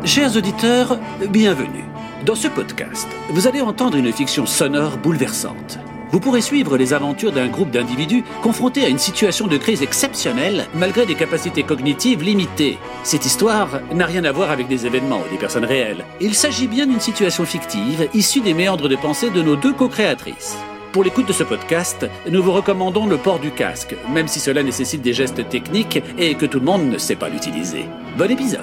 Chers auditeurs, bienvenue. Dans ce podcast, vous allez entendre une fiction sonore bouleversante. Vous pourrez suivre les aventures d'un groupe d'individus confrontés à une situation de crise exceptionnelle malgré des capacités cognitives limitées. Cette histoire n'a rien à voir avec des événements ou des personnes réelles. Il s'agit bien d'une situation fictive issue des méandres de pensée de nos deux co-créatrices. Pour l'écoute de ce podcast, nous vous recommandons le port du casque, même si cela nécessite des gestes techniques et que tout le monde ne sait pas l'utiliser. Bon épisode.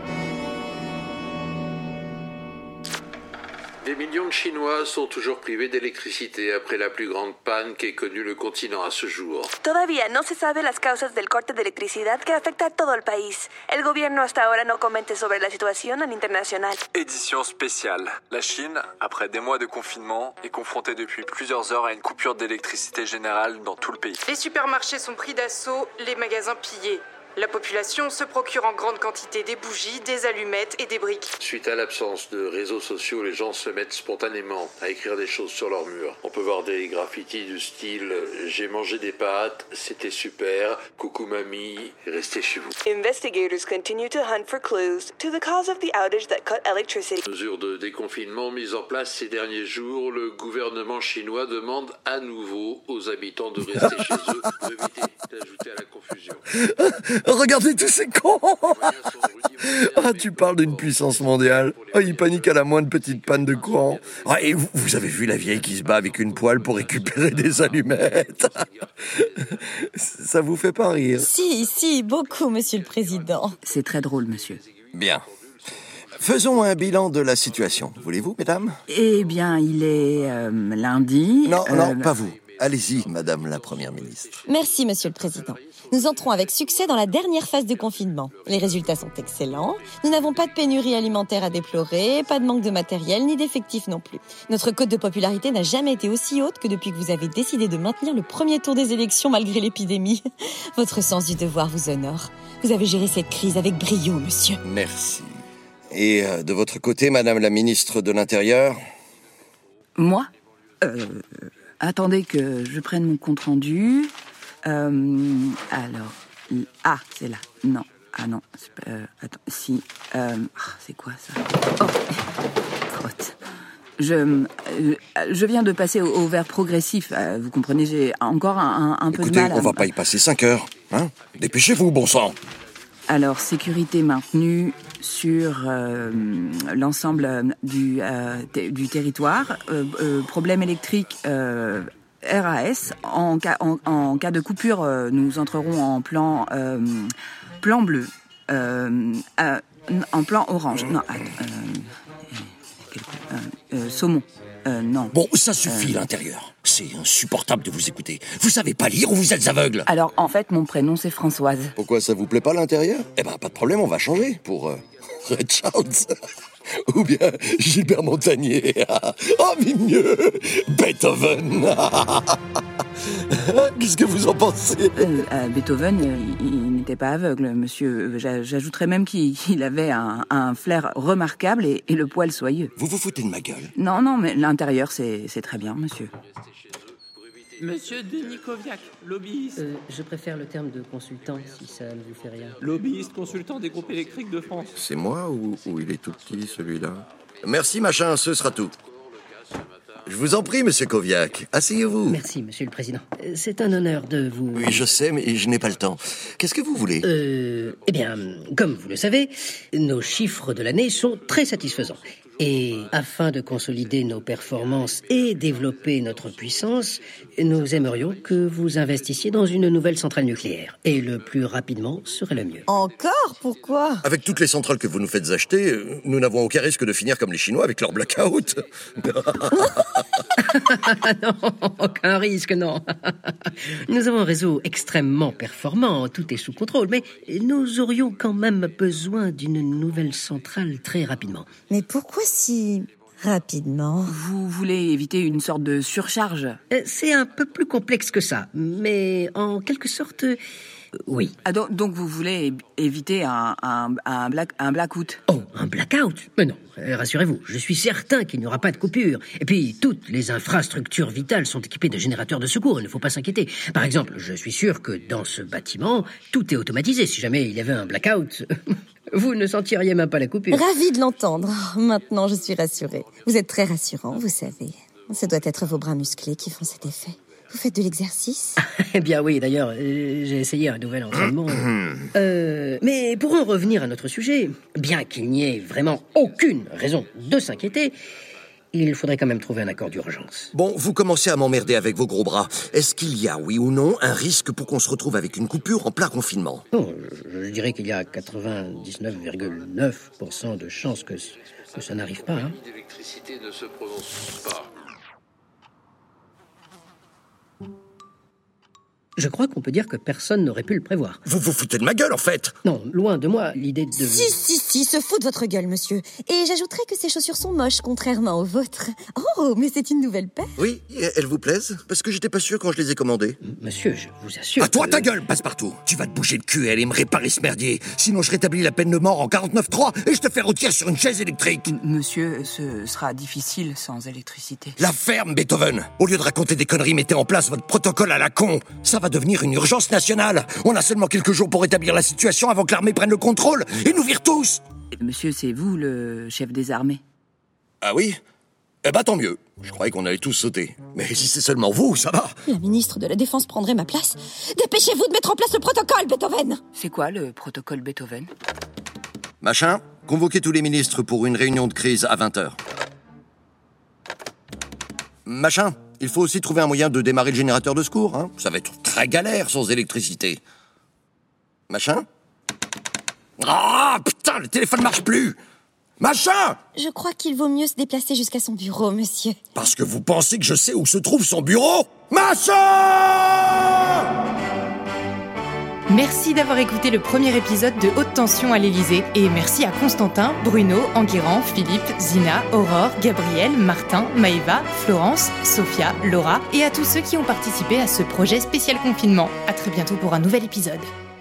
Des millions de Chinois sont toujours privés d'électricité après la plus grande panne qu'ait connue le continent à ce jour. Todavía no se sabe las causas del corte de electricidad que afecta a todo el país. El gobierno hasta ahora no comenta sobre la situación a internacional. Édition spéciale. La Chine, après des mois de confinement, est confrontée depuis plusieurs heures à une coupure d'électricité générale dans tout le pays. Les supermarchés sont pris d'assaut, les magasins pillés. La population se procure en grande quantité des bougies, des allumettes et des briques. Suite à l'absence de réseaux sociaux, les gens se mettent spontanément à écrire des choses sur leurs murs. On peut voir des graffitis du style « J'ai mangé des pâtes, c'était super, coucou mamie, restez chez vous ». Investigators continue to hunt for clues to the cause of the outage that cut electricity. Mesures de déconfinement mises en place ces derniers jours, le gouvernement chinois demande à nouveau aux habitants de rester chez eux pour éviter d'ajouter à la confusion. Regardez tous ces cons. Ah, tu parles d'une puissance mondiale. Ah, ils paniquent à la moindre petite panne de courant. Ah, et vous avez vu la vieille qui se bat avec une poêle pour récupérer des allumettes. Ça vous fait pas rire? Si, beaucoup, monsieur le président. C'est très drôle, monsieur. Bien. Faisons un bilan de la situation. Voulez-vous, mesdames? Eh bien, il est lundi... Non, pas vous. Allez-y, madame la première ministre. Merci, monsieur le président. Nous entrons avec succès dans la dernière phase de confinement. Les résultats sont excellents. Nous n'avons pas de pénurie alimentaire à déplorer, pas de manque de matériel, ni d'effectifs non plus. Notre cote de popularité n'a jamais été aussi haute que depuis que vous avez décidé de maintenir le premier tour des élections malgré l'épidémie. Votre sens du devoir vous honore. Vous avez géré cette crise avec brio, monsieur. Merci. Et de votre côté, madame la ministre de l'Intérieur? Moi Attendez que je prenne mon compte-rendu. Alors... Ah, c'est là. Non. Ah non. Attends, si... c'est quoi ça? Oh, crotte. Je viens de passer au verbe progressif. Vous comprenez, j'ai encore un peu de mal à... Écoutez, on va pas y passer 5 heures. Hein? Dépêchez-vous, bon sang. Alors, sécurité maintenue sur l'ensemble du territoire. Problème électrique, RAS. En cas de coupure, nous entrerons en plan bleu. En plan orange. Non, saumon. Non. Bon, ça suffit, l'Intérieur. C'est insupportable de vous écouter. Vous savez pas lire ou vous êtes aveugle? Alors, en fait, mon prénom, c'est Françoise. Pourquoi, ça vous plaît pas, l'Intérieur? Eh ben, pas de problème, on va changer pour Red Charles. Ou bien Gilbert Montagnier. Oh, mais mieux, Beethoven. Qu'est-ce que vous en pensez? Beethoven, il n'était pas aveugle, monsieur. J'ajouterais même qu'il avait un flair remarquable et le poil soyeux. Vous vous foutez de ma gueule? Non, mais l'intérieur, c'est très bien, monsieur. Monsieur Denis Koviak, lobbyiste. Je préfère le terme de consultant, si ça ne vous fait rien. Lobbyiste consultant des groupes électriques de France. C'est moi ou il est tout petit, celui-là? Merci, machin, ce sera tout. Je vous en prie, monsieur Koviak, asseyez-vous. Merci, monsieur le président. C'est un honneur de vous... Oui, je sais, mais je n'ai pas le temps. Qu'est-ce que vous voulez? Eh bien, comme vous le savez, nos chiffres de l'année sont très satisfaisants. Et afin de consolider nos performances et développer notre puissance, nous aimerions que vous investissiez dans une nouvelle centrale nucléaire. Et le plus rapidement serait le mieux. Encore? Pourquoi? Avec toutes les centrales que vous nous faites acheter, nous n'avons aucun risque de finir comme les Chinois avec leur blackout. Non, aucun risque, non. Nous avons un réseau extrêmement performant, tout est sous contrôle, mais nous aurions quand même besoin d'une nouvelle centrale très rapidement. Mais pourquoi si rapidement? Vous voulez éviter une sorte de surcharge? C'est un peu plus complexe que ça, mais en quelque sorte, Oui. Ah, donc vous voulez éviter un blackout? Oh, un blackout? Mais non, rassurez-vous, je suis certain qu'il n'y aura pas de coupure. Et puis, toutes les infrastructures vitales sont équipées de générateurs de secours, il ne faut pas s'inquiéter. Par exemple, je suis sûr que dans ce bâtiment, tout est automatisé. Si jamais il y avait un blackout, vous ne sentiriez même pas la coupure. Ravie de l'entendre. Maintenant, je suis rassurée. Vous êtes très rassurant, vous savez. Ce doit être vos bras musclés qui font cet effet. Vous faites de l'exercice? Eh bien oui, d'ailleurs, j'ai essayé un nouvel entraînement. Mais pour en revenir à notre sujet, bien qu'il n'y ait vraiment aucune raison de s'inquiéter, il faudrait quand même trouver un accord d'urgence. Bon, vous commencez à m'emmerder avec vos gros bras. Est-ce qu'il y a, oui ou non, un risque pour qu'on se retrouve avec une coupure en plein confinement? Non, je dirais qu'il y a 99,9% de chances que ça n'arrive pas. L'électricité ne se prononce pas. Je crois qu'on peut dire que personne n'aurait pu le prévoir. Vous vous foutez de ma gueule, en fait! Non, loin de moi l'idée de... Si, se fout de votre gueule, monsieur. Et j'ajouterais que ces chaussures sont moches, contrairement aux vôtres. Oh, mais c'est une nouvelle paire. Oui, elles vous plaisent? Parce que j'étais pas sûr quand je les ai commandées. Monsieur, je vous assure... À toi, ta gueule, Passepartout! Tu vas te bouger le cul et aller me réparer ce merdier. Sinon, je rétablis la peine de mort en 49.3 et je te fais rôtir sur une chaise électrique. Monsieur, ce sera difficile sans électricité. La ferme, Beethoven! Au lieu de raconter des conneries, mettez en place votre protocole à la con. Ça va devenir une urgence nationale. On a seulement quelques jours pour rétablir la situation avant que l'armée prenne le contrôle et nous vire tous. Monsieur, c'est vous le chef des armées? Ah oui? Eh ben tant mieux. Je croyais qu'on allait tous sauter. Mais si c'est seulement vous, ça va. La ministre de la Défense prendrait ma place. Dépêchez-vous de mettre en place le protocole, Beethoven! C'est quoi le protocole Beethoven? Machin, convoquez tous les ministres pour une réunion de crise à 20h. Machin, il faut aussi trouver un moyen de démarrer le générateur de secours, hein. Ça va être très galère sans électricité. Machin? Ah, putain, le téléphone marche plus! Machin! Je crois qu'il vaut mieux se déplacer jusqu'à son bureau, monsieur. Parce que vous pensez que je sais où se trouve son bureau? Machin! Merci d'avoir écouté le premier épisode de Haute Tension à l'Élysée. Et merci à Constantin, Bruno, Enguerrand, Philippe, Zina, Aurore, Gabriel, Martin, Maëva, Florence, Sophia, Laura et à tous ceux qui ont participé à ce projet spécial confinement. À très bientôt pour un nouvel épisode.